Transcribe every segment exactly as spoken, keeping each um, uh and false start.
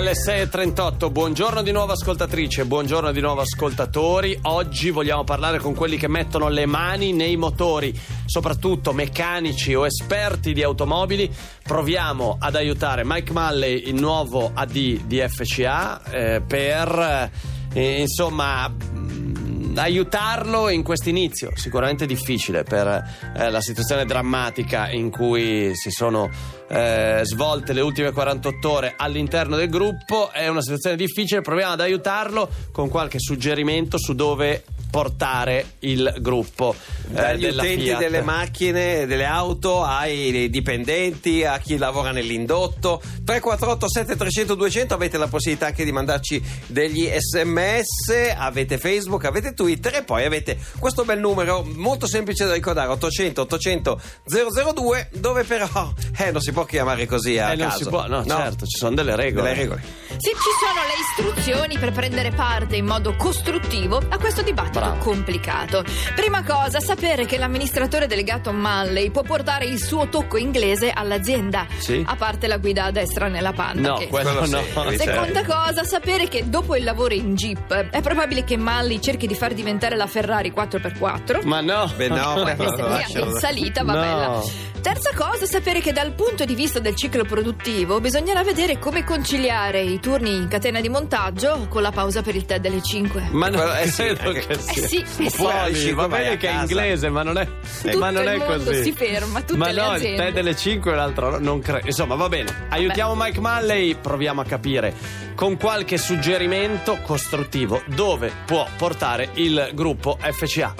le sei e trentotto. Buongiorno di nuovo ascoltatrice, buongiorno di nuovo ascoltatori. Oggi vogliamo parlare con quelli che mettono le mani nei motori, soprattutto meccanici o esperti di automobili. Proviamo ad aiutare Mike Malley, il nuovo A D di F C A, eh, per eh, insomma aiutarlo in questo inizio sicuramente difficile per eh, la situazione drammatica in cui si sono eh, svolte le ultime quarantotto ore all'interno del gruppo. È una situazione difficile, proviamo ad aiutarlo con qualche suggerimento su dove portare il gruppo, eh, dagli della utenti Fiat. delle macchine, delle auto, ai dipendenti, a chi lavora nell'indotto. Tre quattro otto sette trecento duecento. Avete la possibilità anche di mandarci degli sms, avete Facebook, avete Twitter e poi avete questo bel numero molto semplice da ricordare, ottocento ottocento zero zero due, dove però eh, non si può chiamare così a eh, non caso. si può, no, no, certo, ci sono delle regole. delle regole. Sì, ci sono le istruzioni per prendere parte in modo costruttivo a questo dibattito Bravo. complicato. Prima cosa, sapere che l'amministratore delegato Malley può portare il suo tocco inglese all'azienda, Sì. a parte la guida a destra nella panna. No, che... quello Quello no. sì, Seconda cosa, sapere che dopo il lavoro in Jeep è probabile che Malley cerchi di far diventare la Ferrari quattro per quattro. Ma no. Beh, no, Beh, no, questa no, via lascialo. in salita va No. bella. Terza cosa, sapere che dal punto di vista del ciclo produttivo bisognerà vedere come conciliare i turni in catena di montaggio con la pausa per il tè delle cinque. Ma no, Quello- eh sì, credo anche- che Eh sia. sì, eh sì. Poi alle Poli, cinque va vai bene a che è casa. inglese, ma non è, Tutto ma non il è mondo così. si ferma, tutte ma le no, aziende. il tè delle cinque e l'altro no, non credo. Insomma, va bene. Aiutiamo Mike Malley, proviamo a capire con qualche suggerimento costruttivo dove può portare il gruppo F C A.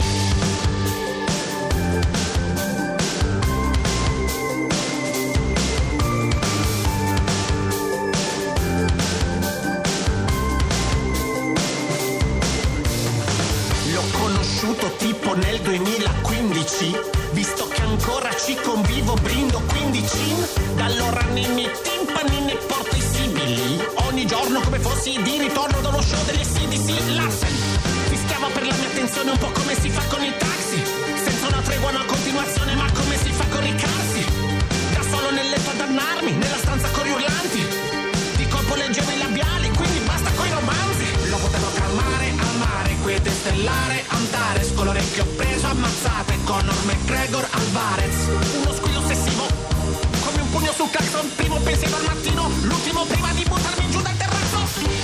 L'ho conosciuto tipo nel duemilaquindici, visto che ancora ci convivo, brindo quindici. Da allora nei miei timpani ne porto i sibili, ogni giorno come fossi di ritorno dallo show degli S D C. Larsen fischiava per la mia attenzione, un po' come si fa con i taxi, senza una tregua, una continuazione, ma come si fa con ricassi. Da solo nel letto a dannarmi, nella stanza con gli urlanti, di colpo leggevo i labiali, quindi basta coi romanzi. Lo potevo calmare, amare, quiete stellare, Antares, con l'orecchio preso, ammazzate, Conor McGregor, Alvarez. Uno squillo ossessivo, come un pugno sul clacson, primo pensiero al mattino, l'ultimo prima di buttarmi giù dal terrazzo.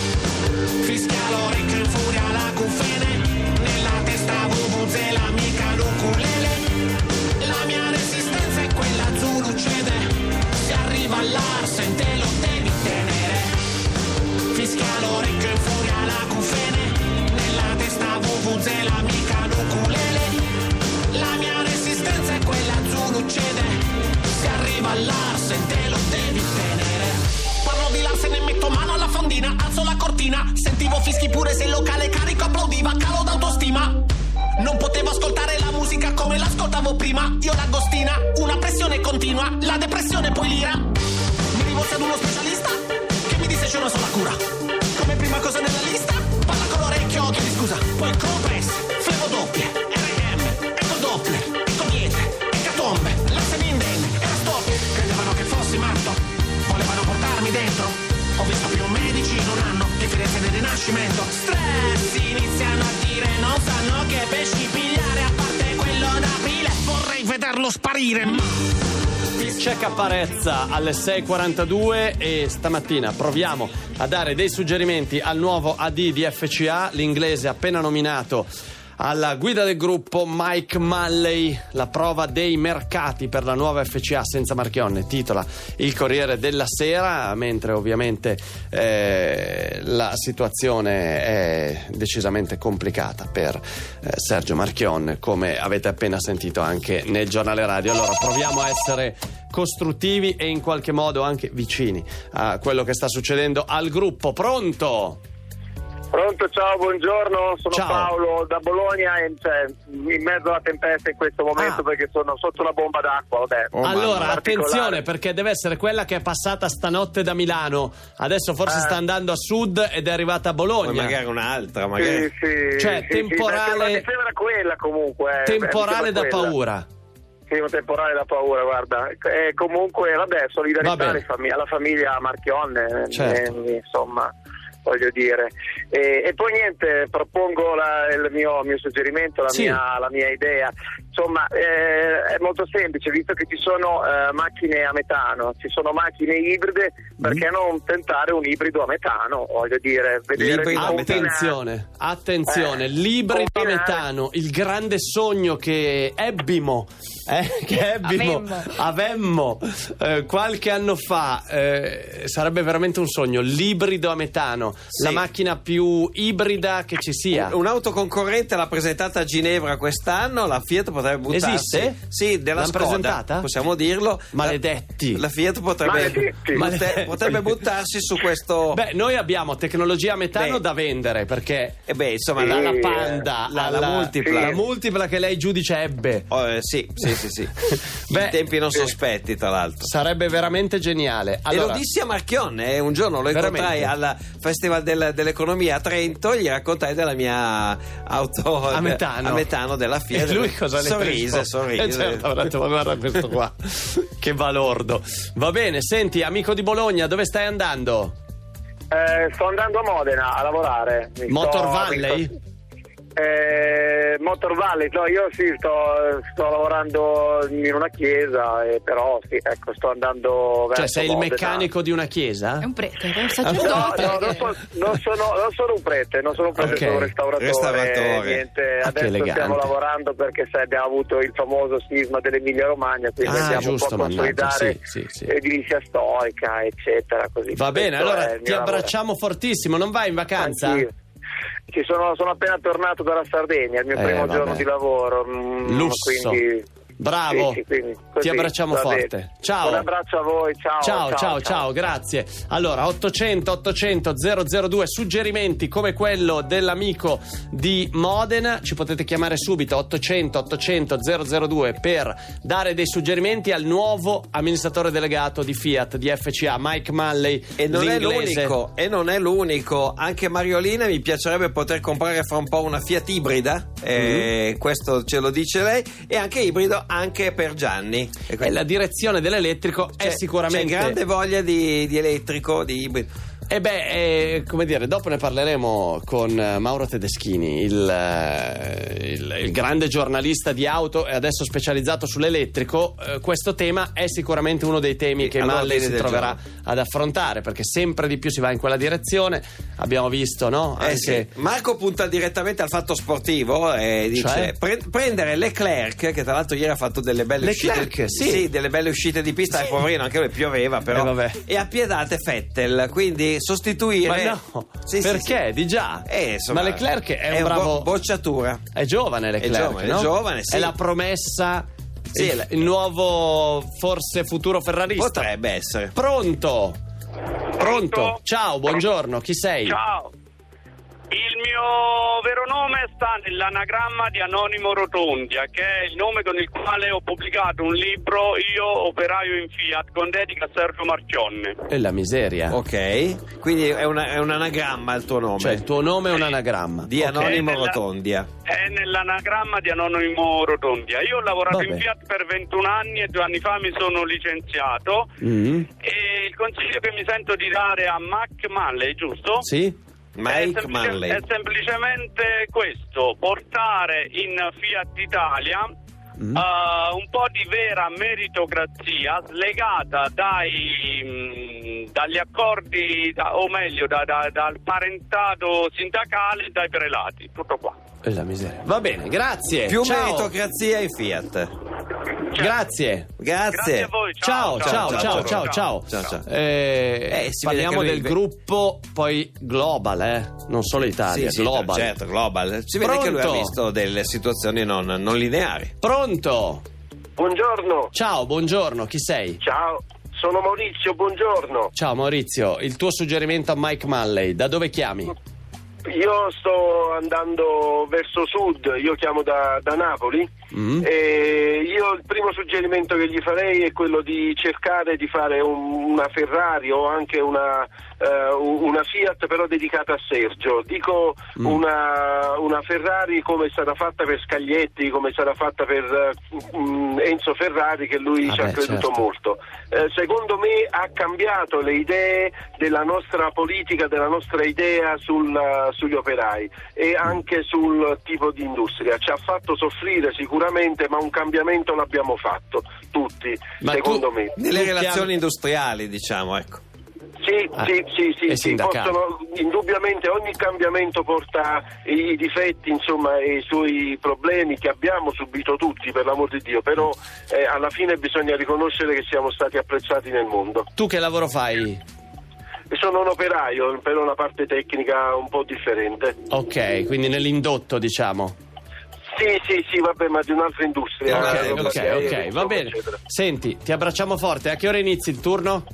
Fischia l'orecchio in furia, la cufene, nella testa vuvuzela, mica l'ukulele. La mia resistenza è quella Zulu cede, se arriva all'Arsen te lo devi tenere. Fischia l'orecchio in furia, la cufene, nella testa vuvuzela, mica l'ukulele. La mia resistenza è quella Zulu cede, se arriva all'Arsen te lo devi tenere. Parlo di Larsen e metto mano alla fondina, alzo la cortina, sentivo fischi pure se il locale carico applaudiva, calo d'autostima. Non potevo ascoltare la musica come l'ascoltavo prima, io l'agostina, una pressione continua, la depressione poi l'ira. Mi rivolsi ad uno specialista che mi disse c'è una sola cura, come prima cosa nella lista, parla con l'orecchio, chiedi scusa, poi compress, flevo doppie, R M, eco doppler, eco diete, ecatombe, Larsen Inden, era stop, credevano che fossi matto, volevano portarmi dentro, ho visto più medici in un anno che Firenze del Rinascimento. Stress, iniziano a dire non sanno che pesci pigliare, a parte quello d'aprile, vorrei vederlo sparire, ma... C'è Caparezza alle sei e quarantadue e stamattina proviamo a dare dei suggerimenti al nuovo A D di F C A, l'inglese appena nominato alla guida del gruppo, Mike Malley. La prova dei mercati per la nuova F C A senza Marchionne, titola il Corriere della Sera, mentre ovviamente eh, la situazione è decisamente complicata per eh, Sergio Marchionne, come avete appena sentito anche nel giornale radio. Allora proviamo a essere costruttivi e in qualche modo anche vicini a quello che sta succedendo al gruppo. Pronto? Pronto, ciao, buongiorno, sono Ciao. Paolo da Bologna, e, cioè, in mezzo alla tempesta in questo momento Ah. perché sono sotto una bomba d'acqua. Vabbè. Oh, Allora, mamma. attenzione, perché deve essere quella che è passata stanotte da Milano. Adesso forse Eh. sta andando a sud ed è arrivata a Bologna. Poi magari un'altra, Sì, magari. sì, Cioè, sì, temporale- Sì, mi sembra quella comunque. eh, Temporale mi da sembra quella. paura. Sì, primo temporale da paura, guarda. E comunque, vabbè, solidarietà Va alle fami- alla famiglia Marchionne, Certo. eh, insomma, voglio dire. E, e poi niente, propongo la, il mio, mio suggerimento, la, Sì. mia, la mia idea. Insomma, eh, è molto semplice, visto che ci sono eh, macchine a metano, ci sono macchine ibride, perché non tentare un ibrido a metano, voglio dire, vedere L'ibrido a di metano. combinare- Attenzione, attenzione, Eh, l'ibrido a combinare- metano, il grande sogno che ebbimo, eh, che ebbimo, Avemmo. avemmo eh, qualche anno fa, eh, sarebbe veramente un sogno, l'ibrido a metano, Sì. la macchina più ibrida che ci sia. Un'auto concorrente l'ha presentata a Ginevra quest'anno, la Fiat potrebbe buttarsi. Esiste? Sì, della L'hanno Skoda, presentata? possiamo dirlo. Maledetti. La, la Fiat potrebbe, Maledetti. butte- potrebbe buttarsi su questo. Beh, noi abbiamo tecnologia a metano Beh. da vendere, perché E beh, insomma, dalla Sì, Panda la- la alla multipla. la multipla che lei giudice ebbe. Oh, eh, sì, sì, sì, sì. Beh, In tempi non sospetti, tra l'altro. sarebbe veramente geniale. E Allora, lo dissi a Marchionne, eh, un giorno lo incontrai Veramente? al Festival del- dell'Economia a Trento, gli raccontai della mia auto a metano. a metano della Fiat. E lui cosa le sorrise, pensò? sorrise. Eh certo, avrà detto, ma guarda questo qua, che balordo. Va bene, senti, amico di Bologna, dove stai andando? Eh, sto andando a Modena a lavorare. Mi Motor sto- Valley? mi sto- Eh, Motor Valley, no, io sì, sto, sto lavorando in una chiesa, eh, però sì, ecco, sto andando verso Cioè, sei il Modena. meccanico di una chiesa? È un prete, è un No, sacerdote. no, non, so- non sono, non sono un prete, non sono un prete, Ok. sono un restauratore. Restauratore. Niente, Ah, che adesso elegante. stiamo lavorando perché sai, abbiamo avuto il famoso sisma dell'Emilia Romagna, quindi Ah, andiamo giusto, un po' a mannaggia, consolidare sì, sì, sì. edilizia storica, eccetera. Così. Va bene, Questo è allora il ti mio lavoro. abbracciamo fortissimo, non vai in vacanza? Anch'io. Ci sono, sono appena tornato dalla Sardegna, il mio Eh, primo vabbè. giorno di lavoro. mm, Lusso. Quindi, Bravo. sì, sì, quindi Ti così, abbracciamo va forte. bene. Ciao. Un abbraccio a voi, ciao. Ciao, ciao, ciao, grazie. Allora, ottocento ottocento zero zero due, suggerimenti come quello dell'amico di Modena, ci potete chiamare subito ottocento ottocento zero zero due per dare dei suggerimenti al nuovo amministratore delegato di Fiat, di F C A, Mike Malley, E non è l'inglese. l'unico, e non è l'unico. Anche Mariolina mi piacerebbe poter comprare fra un po' una Fiat ibrida, eh, questo ce lo dice lei, e anche ibrido anche per Gianni. E E quindi la direzione dell'elettrico è c'è- sicuramente c'è grande voglia di, di elettrico, di ibrido. E beh, eh, come dire, dopo ne parleremo con eh, Mauro Tedeschini, il, eh, il, il grande giornalista di auto e adesso specializzato sull'elettrico. Eh, questo tema è sicuramente uno dei temi che all'ordine Malley si del troverà ad affrontare, perché sempre di più si va in quella direzione. Abbiamo visto, no? Eh Anche sì. Marco punta direttamente al fatto sportivo e dice Cioè? pre- prendere Leclerc, che tra l'altro ieri ha fatto delle belle Leclerc, uscite sì. delle belle uscite di pista, Sì. e poverino anche lui pioveva però, Eh, vabbè. e appiedate Vettel, quindi sostituire. Ma no, Sì, sì, perché? sì. Di già. Eh, insomma, Ma Leclerc è un bo- bravo. bocciatura. È giovane Leclerc, È giovane, no? è giovane, sì. È la promessa, Sì, il, la- il nuovo forse futuro ferrarista. Potrebbe essere. Pronto? Pronto? Pronto? Ciao, buongiorno, chi sei? Ciao. Il mio vero nome sta nell'anagramma di Anonimo Rotondia, che è il nome con il quale ho pubblicato un libro, Io operaio in Fiat, con dedica a Sergio Marchionne. E la miseria. Ok, quindi è, una- è un anagramma il tuo nome. Cioè, il tuo nome è un anagramma. Di Ok. Anonimo nella- Rotondia. È nell'anagramma di Anonimo Rotondia. Io ho lavorato Vabbè. in Fiat per ventuno anni e due anni fa mi sono licenziato. Mm, E il consiglio che mi sento di dare a Mac Malley, giusto? sì? È, Mike semplice- Manley. è semplicemente questo: portare in Fiat Italia Mm. uh, un po' di vera meritocrazia slegata dai, mh, dagli accordi, da- o meglio da- da- dal parentato sindacale e dai prelati. Tutto qua. E la miseria. Va bene, grazie. Più Ciao. meritocrazia in Fiat. Grazie. Grazie. Grazie a voi. Ciao, ciao, ciao, ciao, ciao. Ciao, ciao. Eh, Eh, si vede parliamo che lui- del gruppo poi global, eh? Non solo Italia, Sì, sì, global. certo, global. Si vede che lui ha Pronto? visto delle situazioni non, non lineari. Pronto? Buongiorno, Ciao, buongiorno, chi sei? ciao, sono Maurizio, buongiorno. Ciao Maurizio, il tuo suggerimento a Mike Malley, da dove chiami? Io sto andando verso sud, io chiamo da, da Napoli Mm. E io il primo suggerimento che gli farei è quello di cercare di fare un, una Ferrari o anche una, uh, una Fiat però dedicata a Sergio. Dico mm. una, una Ferrari come è stata fatta per Scaglietti, come è stata fatta per uh, um, Enzo Ferrari, che lui ah ci beh, ha creduto certo. molto. Uh, secondo me ha cambiato le idee della nostra politica, della nostra idea sul, uh, sugli operai e anche sul tipo di industria. Ci ha fatto soffrire sicuramente, ma un cambiamento l'abbiamo fatto tutti, ma secondo tu, me. Nelle relazioni industriali, diciamo, ecco. Sì, ah, sì, sì, sì, sì. Possono, indubbiamente ogni cambiamento porta i, i difetti, insomma, e i suoi problemi che abbiamo subito tutti, per l'amor di Dio, però eh, alla fine bisogna riconoscere che siamo stati apprezzati nel mondo. Tu che lavoro fai? Sono un operaio, per una parte tecnica un po' differente. Ok, quindi nell'indotto, diciamo. Sì, sì, sì, vabbè, ma di un'altra industria. Ok, ok, ok, va bene. Eccetera. Senti, ti abbracciamo forte. A che ora inizi il turno?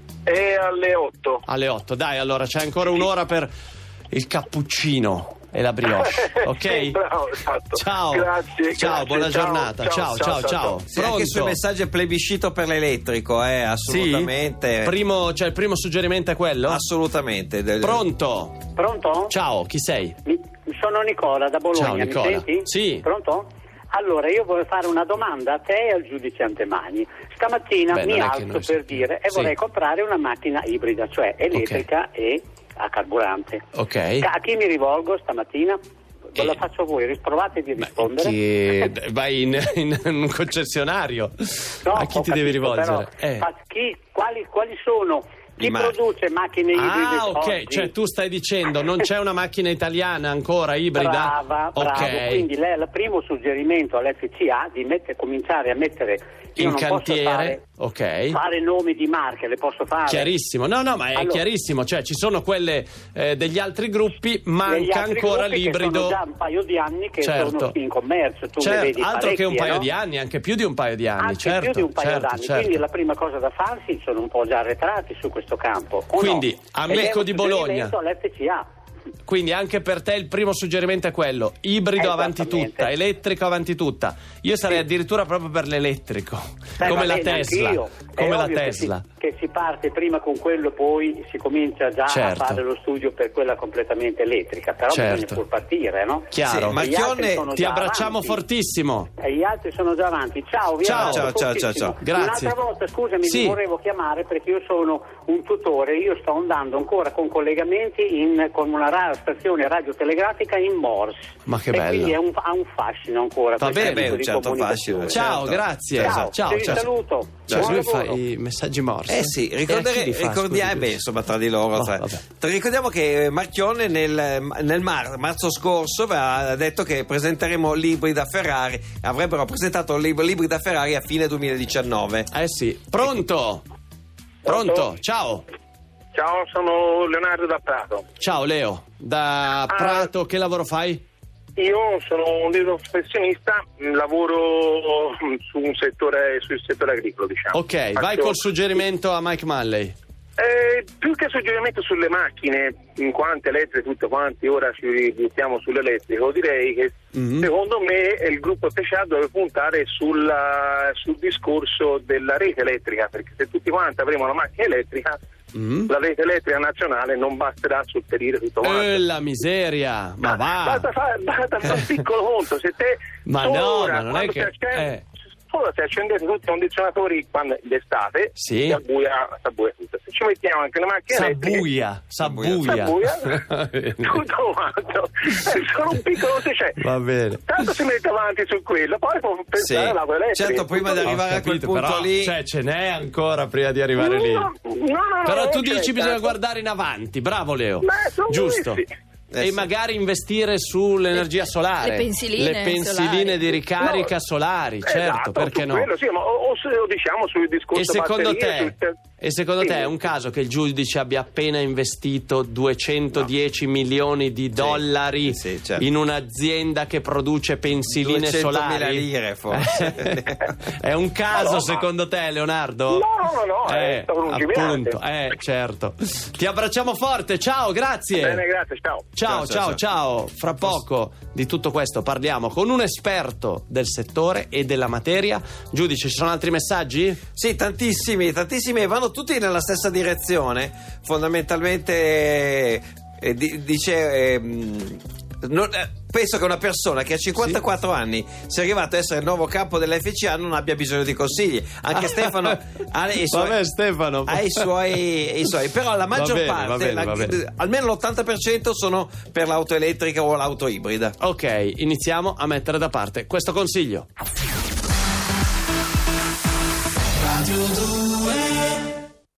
È alle otto. Alle otto, dai, allora c'è ancora un'ora per il cappuccino e la brioche, ok? Sì, bravo, esatto. Ciao. Grazie. Ciao, grazie, buona ciao, giornata. Ciao, ciao, ciao. ciao, ciao. Sì, anche sul messaggio plebiscito per l'elettrico, eh, assolutamente. Sì? Primo, cioè il primo suggerimento è quello? Assolutamente. Del... Pronto? Pronto? Ciao, chi sei? Mi... Sono Nicola da Bologna. Ciao, Nicola. Mi senti? Sì. Pronto? Allora, io vorrei fare una domanda a te e al giudice Antemagni. Stamattina Beh, mi alzo per sappiamo. dire e sì. vorrei comprare una macchina ibrida, cioè elettrica okay. e a carburante. Ok. A chi mi rivolgo stamattina? Ve lo Eh, faccio voi, provate di rispondere. Chi... Vai in, in un concessionario. No, a chi ti capito, devi rivolgere? Però, Eh. chi, quali, quali sono... Chi Di produce macchine ibride Ah, ok, oggi? cioè tu stai dicendo non c'è una macchina italiana ancora ibrida? Brava, bravo. Ok. Quindi lei, il primo suggerimento all'F C A di mettere, cominciare a mettere io in non cantiere, posso fare, ok. fare nomi di marche, le posso fare. Chiarissimo, no, no, ma è allora, chiarissimo, cioè ci sono quelle eh, degli altri gruppi, manca altri ancora gruppi l'ibrido. Che sono già un paio di anni che certo. sono in commercio, tu certo, ne vedi altro che un paio no? di anni, anche più di un paio di anni, anche certo. più di un paio certo, d'anni, certo. quindi la prima cosa da farsi sono un po' già arretrati su questo campo. O Quindi no? a Mecco di Bologna. All'F C A. Quindi anche per te il primo suggerimento è quello, ibrido avanti tutta, elettrico avanti tutta. Io sarei Sì. addirittura proprio per l'elettrico, Beh, come la bene, Tesla, anch'io. come È la ovvio Tesla. Che si, che si parte prima con quello, poi si comincia già Certo. a fare lo studio per quella completamente elettrica, però Certo. bisogna pur partire, no? Chiaro. Sì, ma E gli altri Chione, sono Ti già abbracciamo avanti. fortissimo. E gli altri sono già avanti. Ciao, vi Ciao, abbraccio ciao, ciao, ciao, fortissimo. ciao. Grazie. Un'altra volta, scusami, Sì. vi volevo chiamare perché io sono un tutore, io sto andando ancora con collegamenti in, con una ra- stazione radiotelegrafica in Morse. Ma che e bello. quindi è un, ha un fascino ancora. Va questo bene, tipo un di certo comunicazione. fascino. Ciao, Certo. grazie. Ciao, ciao. ti ciao. saluto. Cioè, Buon lui fa lavoro. i messaggi Morse. Eh sì, E a ricordere- chi li fa, ricordiamo, scusi? beh, insomma, tra di loro. Oh, tra- vabbè. ricordiamo che Marchione nel, nel mar- marzo scorso aveva detto che presenteremo l'ibrida Ferrari, avrebbero presentato l'ib- l'ibrida Ferrari a fine duemiladiciannove. Eh sì. Pronto? Pronto? Pronto? Ciao. Ciao, sono Leonardo da Prato. Ciao Leo. Da Prato che lavoro fai? Io sono un libero professionista, lavoro su un settore, sul settore agricolo, diciamo. Ok, vai Faccio- col suggerimento a Mike Malley. Eh, più che suggerimento sulle macchine, in quante elettriche, tutte quanti, ora ci buttiamo sull'elettrico, direi che Mhm. secondo me il gruppo F C A deve puntare sulla, sul discorso della rete elettrica, perché se tutti quanti avremo una macchina elettrica, Mm. la rete elettrica nazionale non basterà a sopperire tutto quanto. Eh, la miseria, ma va. Basta fare, basta fare un piccolo conto, se te Ma no, ora, ma non è quando che- si accende- eh. ora se accendete tutti i condizionatori quando d'estate, Sì. si abbuia, si abbuia tutto. Se ci mettiamo anche le macchine elettriche, S'abbuia, s'abbuia. s'abbuia tutto quanto. Eh, solo un piccolo se c'è. Va bene. Tanto si mette avanti su quello, poi può pensare Sì. all'acqua elettrica. Certo, prima di Ho arrivare a quel capito, punto però, lì. cioè ce n'è ancora prima di arrivare lì. No, no, no, no, Però non tu c'è dici bisogna tanto. guardare in avanti, bravo Leo. Ma sono Giusto. questi. Eh e sì. magari investire sull'energia solare. le pensiline Le pensiline solari. di ricarica No, solari, certo, esatto, perché su no? quello sì, ma o, o su, diciamo sul discorso E secondo batterie, te, sul... e secondo sì. te è un caso che il giudice abbia appena investito duecentodieci no. milioni di dollari sì, sì, certo. in un'azienda che produce pensiline solari? duecentomila lire forse. È un caso no, no, secondo te, Leonardo? No, no, no, eh, è stato lungimirante. appunto, eh, certo. Ti abbracciamo forte, ciao, grazie. Bene, grazie, ciao. Ciao, ciao, Ciao, ciao, ciao. Fra poco di tutto questo parliamo con un esperto del settore e della materia. Giudice, ci sono altri messaggi? Sì, tantissimi, tantissimi, e vanno tutti nella stessa direzione. Fondamentalmente eh, eh, di- dice eh, non, eh, penso che una persona che ha cinquantaquattro sì. anni sia arrivato a essere il nuovo capo dell'F C A non abbia bisogno di consigli. Anche Stefano ha i suoi, Vabbè, Stefano. ha i suoi, i suoi, però la maggior Va bene, parte va bene, la, va bene. almeno l'ottanta per cento sono per l'auto elettrica o l'auto ibrida. Ok, iniziamo a mettere da parte questo consiglio. Radio due